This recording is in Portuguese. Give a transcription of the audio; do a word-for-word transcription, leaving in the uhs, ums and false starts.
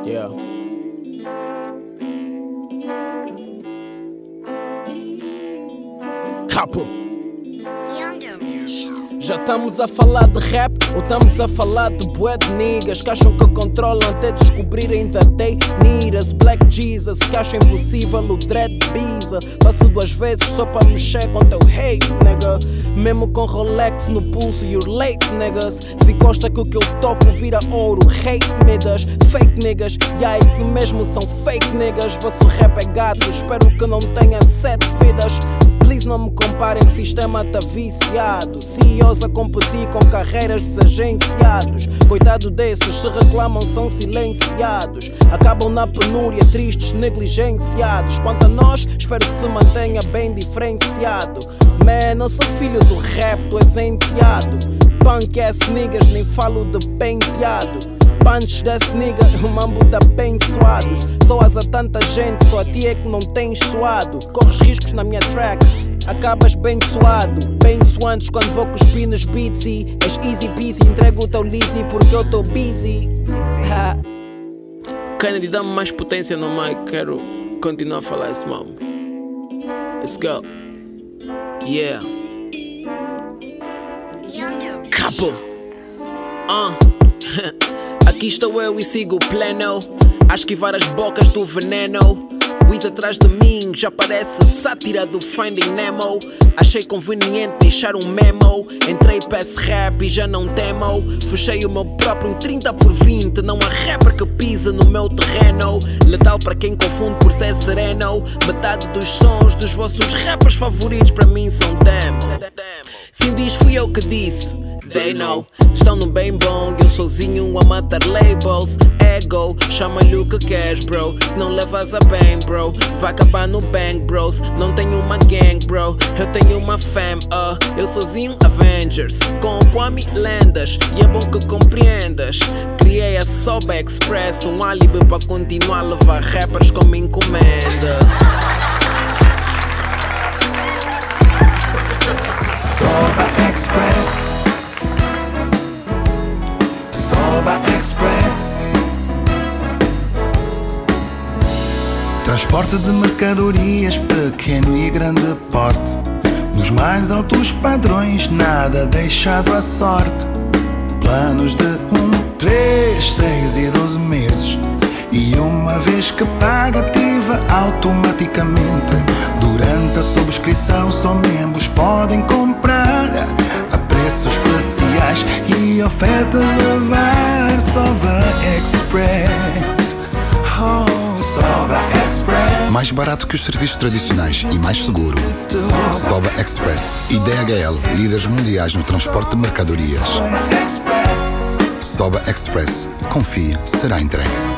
Yeah. Capo. Já estamos a falar de rap ou estamos a falar de bué de niggas que acham que controlam até descobrirem that they need us. Black Jesus que acham impossível o dread Biza. Faço duas vezes só para mexer com teu hate, nigga. Mesmo com Rolex no pulso, you're late, niggas. Desencosta que o que eu toco vira ouro. Hate niggas, fake niggas. Yeah, isso mesmo são fake niggas. Vosso rap é gato, espero que não tenha sete vidas. Please não me comparem, o sistema tá viciado. C E Os a competir com carreiras dos agenciados. Coitado desses, se reclamam são silenciados. Acabam na penúria, tristes, negligenciados. Quanto a nós, espero que se mantenha bem diferenciado. Man, eu sou filho do rap, tu és enteado. Punk ass niggas, nem falo de penteado. Punch desse nigga, o mambo tá bem suados. Soas a tanta gente, só a ti é que não tens suado. Corres riscos na minha track, acabas bem suado. Bem suantes quando vou cuspir nos beats e és easy peasy, entrego o teu Lizzy porque eu tô busy. Kennedy, dá-me mais potência no mic, quero continuar a falar esse mambo. Let's go. Yeah. Capo. Uh. Aqui estou eu e sigo o plano a esquivar as bocas do veneno. Wiz atrás de mim já parece sátira do Finding Nemo. Achei conveniente deixar um memo. Entrei para esse rap e já não temo. Fechei o meu próprio trinta por vinte. Não há rapper que pisa no meu terreno. Letal para quem confunde por ser sereno. Metade dos sons dos vossos rappers favoritos para mim são demo. Sim, diz fui eu que disse. They know, estão no bem bom, eu sozinho a matar labels. Ego, chama-lhe o que queres, bro. Se não levas a bem, bro, vai acabar no bang, bros. Não tenho uma gang, bro, eu tenho uma fam, uh. Eu sozinho Avengers, compõe lendas. E é bom que compreendas. Criei a Soba Express, um álibi para continuar a levar rappers como encomenda. Soba Express, Soba Express. Transporte de mercadorias, pequeno e grande porte. Nos mais altos padrões, nada deixado à sorte. Planos de um, três, seis e doze meses. E uma vez que paga, ativa automaticamente. Durante a subscrição, só membros podem comprar a preços especiais e ofertas levar. Soba Express, oh, Soba Express. Mais barato que os serviços tradicionais e mais seguro. Soba Express e D H L, líderes mundiais no transporte de mercadorias. Soba Express. Confie, será entregue.